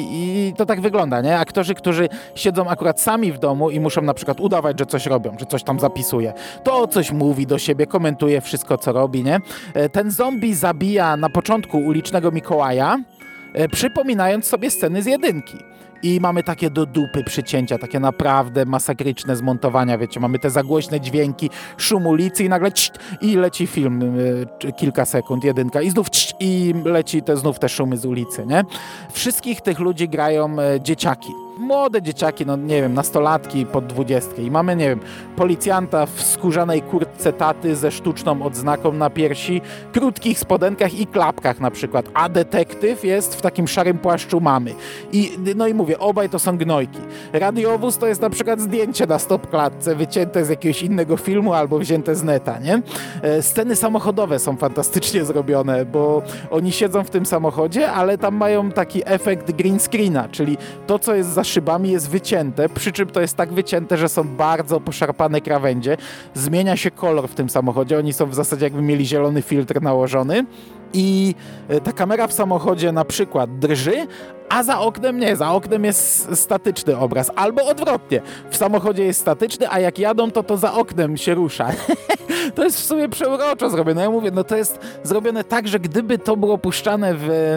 i to tak wygląda, nie? Aktorzy, którzy siedzą akurat sami w domu i muszą na przykład udawać, że coś robią, że coś tam zapisuje. To coś mówi do siebie, komentuje wszystko, co robi, nie? Ten zombie zabija na początku ulicznego Mikołaja, przypominając sobie sceny z 1. I mamy takie do dupy przycięcia, takie naprawdę masakryczne zmontowania, wiecie, mamy te zagłośne dźwięki, szum ulicy i nagle i leci film kilka sekund, 1 i znów i leci znów te szumy z ulicy, nie? Wszystkich tych ludzi grają dzieciaki. Młode dzieciaki, no nie wiem, nastolatki pod 20 i mamy, nie wiem, policjanta w skórzanej kurtce taty ze sztuczną odznaką na piersi, krótkich spodenkach i klapkach na przykład, a detektyw jest w takim szarym płaszczu mamy. No i mówię, obaj to są gnojki. Radiowóz to jest na przykład zdjęcie na stopklatce wycięte z jakiegoś innego filmu albo wzięte z neta, nie? Sceny samochodowe są fantastycznie zrobione, bo oni siedzą w tym samochodzie, ale tam mają taki efekt green screena, czyli to, co jest za szybami, jest wycięte, przy czym to jest tak wycięte, że są bardzo poszarpane krawędzie. Zmienia się kolor w tym samochodzie. Oni są w zasadzie jakby mieli zielony filtr nałożony i ta kamera w samochodzie na przykład drży, a za oknem nie, za oknem jest statyczny obraz, albo odwrotnie. W samochodzie jest statyczny, a jak jadą, to za oknem się rusza. To jest w sumie przeuroczo zrobione. Ja mówię, no to jest zrobione tak, że gdyby to było puszczane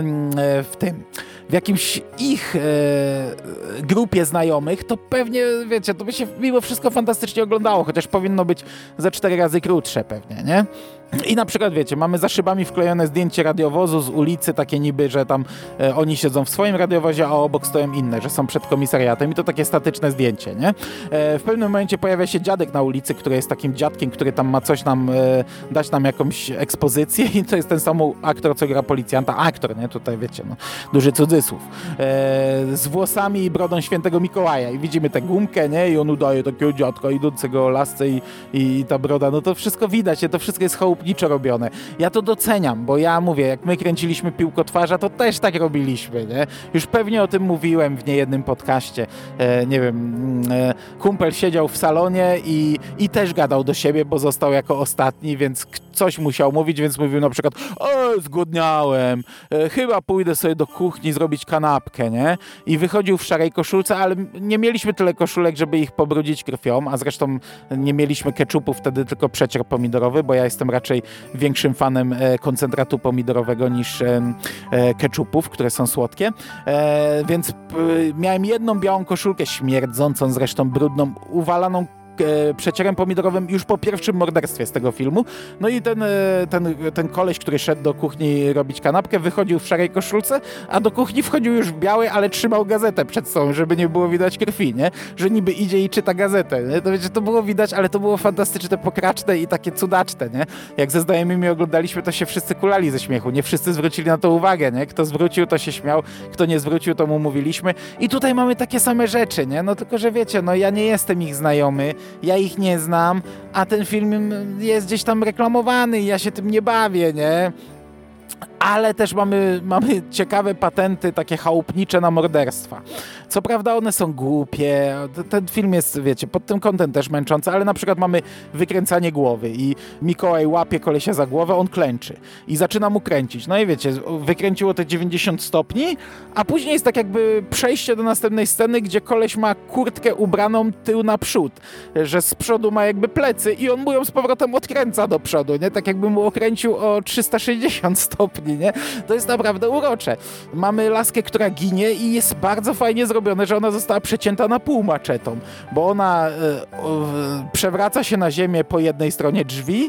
w jakimś ich grupie znajomych, to pewnie, wiecie, to by się mimo wszystko fantastycznie oglądało, chociaż powinno być ze 4 razy krótsze pewnie, nie? I na przykład, wiecie, mamy za szybami wklejone zdjęcie radiowozu z ulicy, takie niby, że tam oni siedzą w swoim radiowozie, a obok stoją inne, że są przed komisariatem i to takie statyczne zdjęcie, nie? W pewnym momencie pojawia się dziadek na ulicy, który jest takim dziadkiem, który tam ma coś nam, dać nam jakąś ekspozycję i to jest ten sam aktor, co gra policjanta. Aktor, nie? Tutaj, wiecie, no, duży cudzysłów. Z włosami i brodą świętego Mikołaja i widzimy tę gumkę, nie? I on udaje takiego dziadka idącego o lasce i ta broda, no to wszystko widać, nie? To wszystko jest chałupniczo robione. Ja to doceniam, bo ja mówię, jak my kręciliśmy Piłkotwarza, to też tak robiliśmy, nie? Już pewnie o tym mówiłem w niejednym podcaście. Nie wiem, kumpel siedział w salonie i też gadał do siebie, bo został jako ostatni, więc coś musiał mówić, więc mówił na przykład: zgłodniałem, chyba pójdę sobie do kuchni zrobić kanapkę, nie? I wychodził w szarej koszulce, ale nie mieliśmy tyle koszulek, żeby ich pobrudzić krwią, a zresztą nie mieliśmy keczupu wtedy, tylko przecier pomidorowy, bo ja jestem raczej większym fanem koncentratu pomidorowego niż keczupów, które są słodkie. Więc miałem jedną białą koszulkę, śmierdzącą zresztą, brudną, uwalaną przecierem pomidorowym już po pierwszym morderstwie z tego filmu. No i ten koleś, który szedł do kuchni robić kanapkę, wychodził w szarej koszulce, a do kuchni wchodził już w białej, ale trzymał gazetę przed sobą, żeby nie było widać krwi, nie? Że niby idzie i czyta gazetę, nie? To wiecie, to było widać, ale to było fantastyczne, pokraczne i takie cudaczne, nie? Jak ze znajomymi oglądaliśmy, to się wszyscy kulali ze śmiechu. Nie wszyscy zwrócili na to uwagę, nie? Kto zwrócił, to się śmiał, kto nie zwrócił, to mu mówiliśmy. I tutaj mamy takie same rzeczy, nie? No tylko, że wiecie, no ja nie jestem ich znajomy, ja ich nie znam, a ten film jest gdzieś tam reklamowany i ja się tym nie bawię, nie? Ale też mamy ciekawe patenty, takie chałupnicze na morderstwa. Co prawda one są głupie, ten film jest, wiecie, pod tym kątem też męczący, ale na przykład mamy wykręcanie głowy i Mikołaj łapie kolesia za głowę, on klęczy i zaczyna mu kręcić. No i wiecie, wykręciło te 90 stopni, a później jest tak jakby przejście do następnej sceny, gdzie koleś ma kurtkę ubraną tył na przód, że z przodu ma jakby plecy i on mu ją z powrotem odkręca do przodu, nie? Tak jakby mu okręcił o 360 stopni, nie? To jest naprawdę urocze. Mamy laskę, która ginie i jest bardzo fajnie zrobione, że ona została przecięta na pół maczetą, bo ona przewraca się na ziemię po jednej stronie drzwi,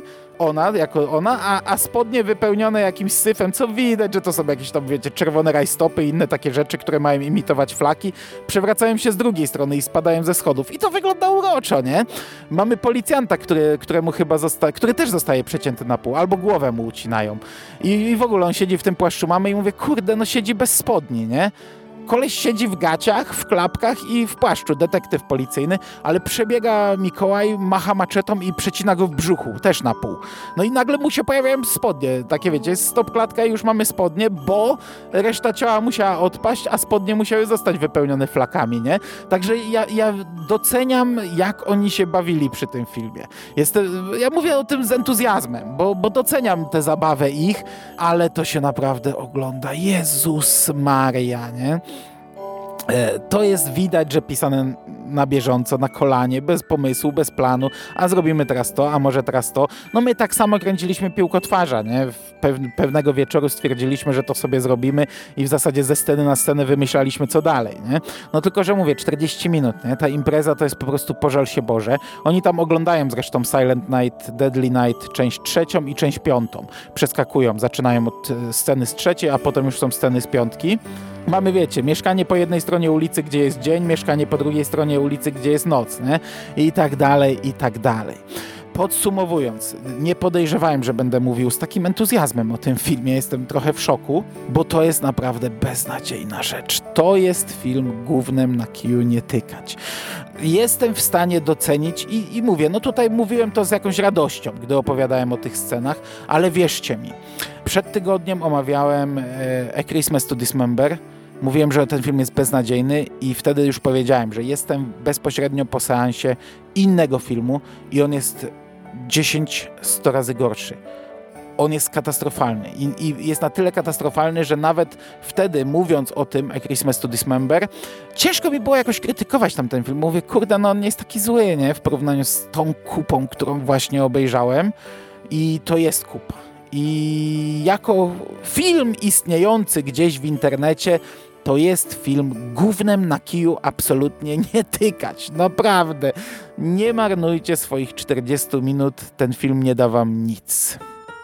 a spodnie wypełnione jakimś syfem, co widać, że to są jakieś tam, wiecie, czerwone rajstopy i inne takie rzeczy, które mają imitować flaki, przewracają się z drugiej strony i spadają ze schodów. I to wygląda uroczo, nie? Mamy policjanta, który też zostaje przecięty na pół, albo głowę mu ucinają. I w ogóle on siedzi w tym płaszczu mamy i mówię, kurde, no siedzi bez spodni, nie? Koleś siedzi w gaciach, w klapkach i w płaszczu, detektyw policyjny, ale przebiega Mikołaj, macha maczetą i przecina go w brzuchu, też na pół. No i nagle mu się pojawiają spodnie, takie wiecie, jest stopklatka i już mamy spodnie, bo reszta ciała musiała odpaść, a spodnie musiały zostać wypełnione flakami, nie? Także ja doceniam, jak oni się bawili przy tym filmie. Ja mówię o tym z entuzjazmem, bo doceniam tę zabawę ich, ale to się naprawdę ogląda. Jezus Maria, nie? To jest widać, że pisane na bieżąco, na kolanie, bez pomysłu, bez planu, a zrobimy teraz to, a może teraz to. No my tak samo kręciliśmy Piłkotwarza, nie? Pewnego wieczoru stwierdziliśmy, że to sobie zrobimy i w zasadzie ze sceny na scenę wymyślaliśmy, co dalej, nie? No tylko, że mówię, 40 minut, nie? Ta impreza to jest po prostu pożal się Boże. Oni tam oglądają zresztą Silent Night, Deadly Night, część 3 i część 5. Przeskakują, zaczynają od sceny z 3, a potem już są sceny z 5. Mamy, wiecie, mieszkanie po jednej stronie ulicy, gdzie jest dzień, mieszkanie po drugiej stronie ulicy, gdzie jest noc, nie? I tak dalej, i tak dalej. Podsumowując, nie podejrzewałem, że będę mówił z takim entuzjazmem o tym filmie. Jestem trochę w szoku, bo to jest naprawdę beznadziejna rzecz. To jest film gównem na kiju nie tykać. Jestem w stanie docenić i mówię, no tutaj mówiłem to z jakąś radością, gdy opowiadałem o tych scenach, ale wierzcie mi, przed tygodniem omawiałem A Christmas to Dismember. Mówiłem, że ten film jest beznadziejny i wtedy już powiedziałem, że jestem bezpośrednio po seansie innego filmu i on jest 10-100 razy gorszy. On jest katastrofalny i jest na tyle katastrofalny, że nawet wtedy, mówiąc o tym A Christmas to Dismember, ciężko mi było jakoś krytykować tamten film. Mówię, kurde, no on nie jest taki zły, nie? W porównaniu z tą kupą, którą właśnie obejrzałem i to jest kupa. I jako film istniejący gdzieś w internecie, to jest film gównem na kiju absolutnie nie tykać. Naprawdę. Nie marnujcie swoich 40 minut. Ten film nie da wam nic.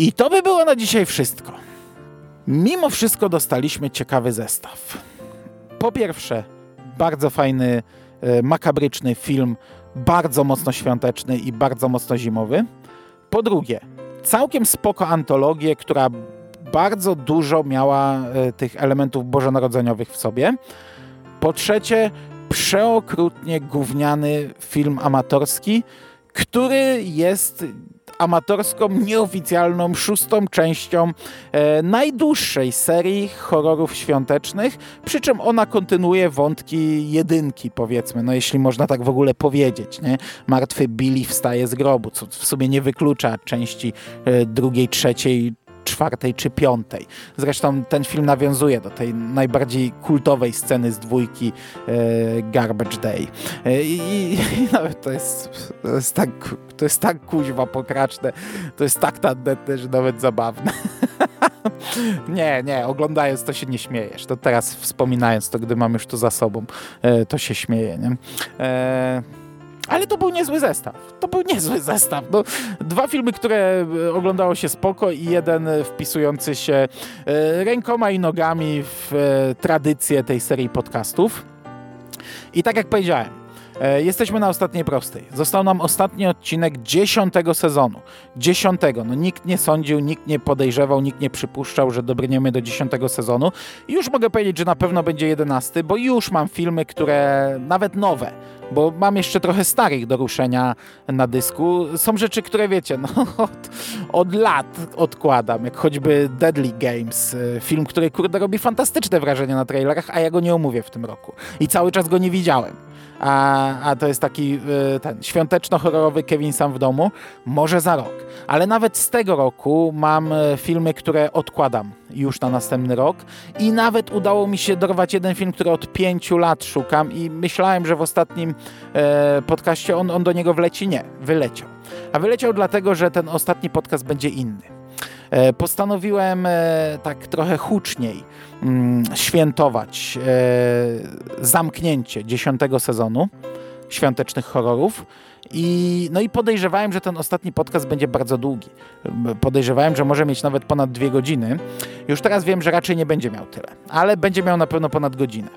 I to by było na dzisiaj wszystko. Mimo wszystko dostaliśmy ciekawy zestaw. Po pierwsze, bardzo fajny, makabryczny film, bardzo mocno świąteczny i bardzo mocno zimowy. Po drugie, całkiem spoko antologię, która bardzo dużo miała tych elementów bożonarodzeniowych w sobie. Po trzecie, przeokrutnie gówniany film amatorski, który jest amatorską, nieoficjalną 6. częścią najdłuższej serii horrorów świątecznych, przy czym ona kontynuuje wątki 1, powiedzmy, no jeśli można tak w ogóle powiedzieć, nie? Martwy Billy wstaje z grobu, co w sumie nie wyklucza części 2., 3., 4. czy 5. Zresztą ten film nawiązuje do tej najbardziej kultowej sceny z 2 Garbage Day. I no, to jest tak kuźwa pokraczne, to jest tak tandetne, że nawet zabawne. Nie, oglądając to się nie śmiejesz. To teraz wspominając to, gdy mam już to za sobą, to się śmieję, nie? Ale to był niezły zestaw. No, 2 filmy, które oglądało się spoko i jeden wpisujący się rękoma i nogami w tradycję tej serii podcastów. I tak jak powiedziałem, jesteśmy na ostatniej prostej. Został nam ostatni odcinek 10. sezonu. 10. No, nikt nie sądził, nikt nie podejrzewał, nikt nie przypuszczał, że dobrniemy do 10. sezonu. I już mogę powiedzieć, że na pewno będzie 11, bo już mam filmy, które nawet nowe, bo mam jeszcze trochę starych do ruszenia na dysku. Są rzeczy, które wiecie, no od lat odkładam, jak choćby Deadly Games, film, który kurde robi fantastyczne wrażenie na trailerach, a ja go nie omówię w tym roku. I cały czas go nie widziałem. A to jest taki ten świąteczno-horrorowy Kevin sam w domu, może za rok. Ale nawet z tego roku mam filmy, które odkładam już na następny rok i nawet udało mi się dorwać jeden film, który od 5 lat szukam i myślałem, że w ostatnim podcaście on do niego wleci. Nie, wyleciał. A wyleciał dlatego, że ten ostatni podcast będzie inny. Postanowiłem tak trochę huczniej świętować zamknięcie 10. sezonu świątecznych horrorów i podejrzewałem, że ten ostatni podcast będzie bardzo długi. Podejrzewałem, że może mieć nawet ponad 2 godziny. Już teraz wiem, że raczej nie będzie miał tyle, ale będzie miał na pewno ponad godzinę.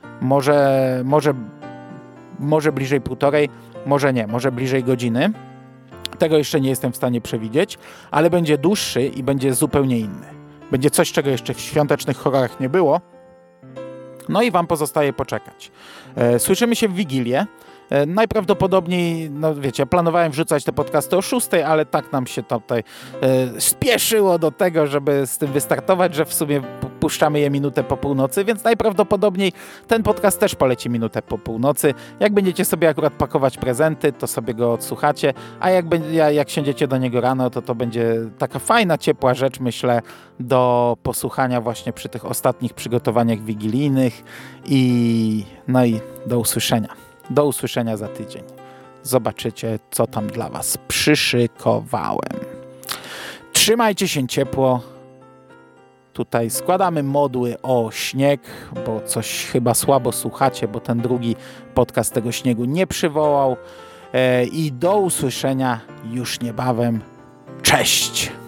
Może bliżej 1,5, może nie, może bliżej godziny. Tego jeszcze nie jestem w stanie przewidzieć, ale będzie dłuższy i będzie zupełnie inny. Będzie coś, czego jeszcze w świątecznych horrorach nie było. No i wam pozostaje poczekać. Słyszymy się w Wigilię. Najprawdopodobniej, no wiecie, planowałem wrzucać te podcasty o 6, ale tak nam się tutaj spieszyło do tego, żeby z tym wystartować, że w sumie puszczamy je minutę po północy, więc najprawdopodobniej ten podcast też poleci minutę po północy. Jak będziecie sobie akurat pakować prezenty, to sobie go odsłuchacie, a jak siędziecie do niego rano, to będzie taka fajna, ciepła rzecz, myślę, do posłuchania właśnie przy tych ostatnich przygotowaniach wigilijnych i do usłyszenia. Do usłyszenia za tydzień. Zobaczycie, co tam dla was przyszykowałem. Trzymajcie się ciepło. Tutaj składamy modły o śnieg, bo coś chyba słabo słuchacie, bo ten drugi podcast tego śniegu nie przywołał. I do usłyszenia już niebawem. Cześć!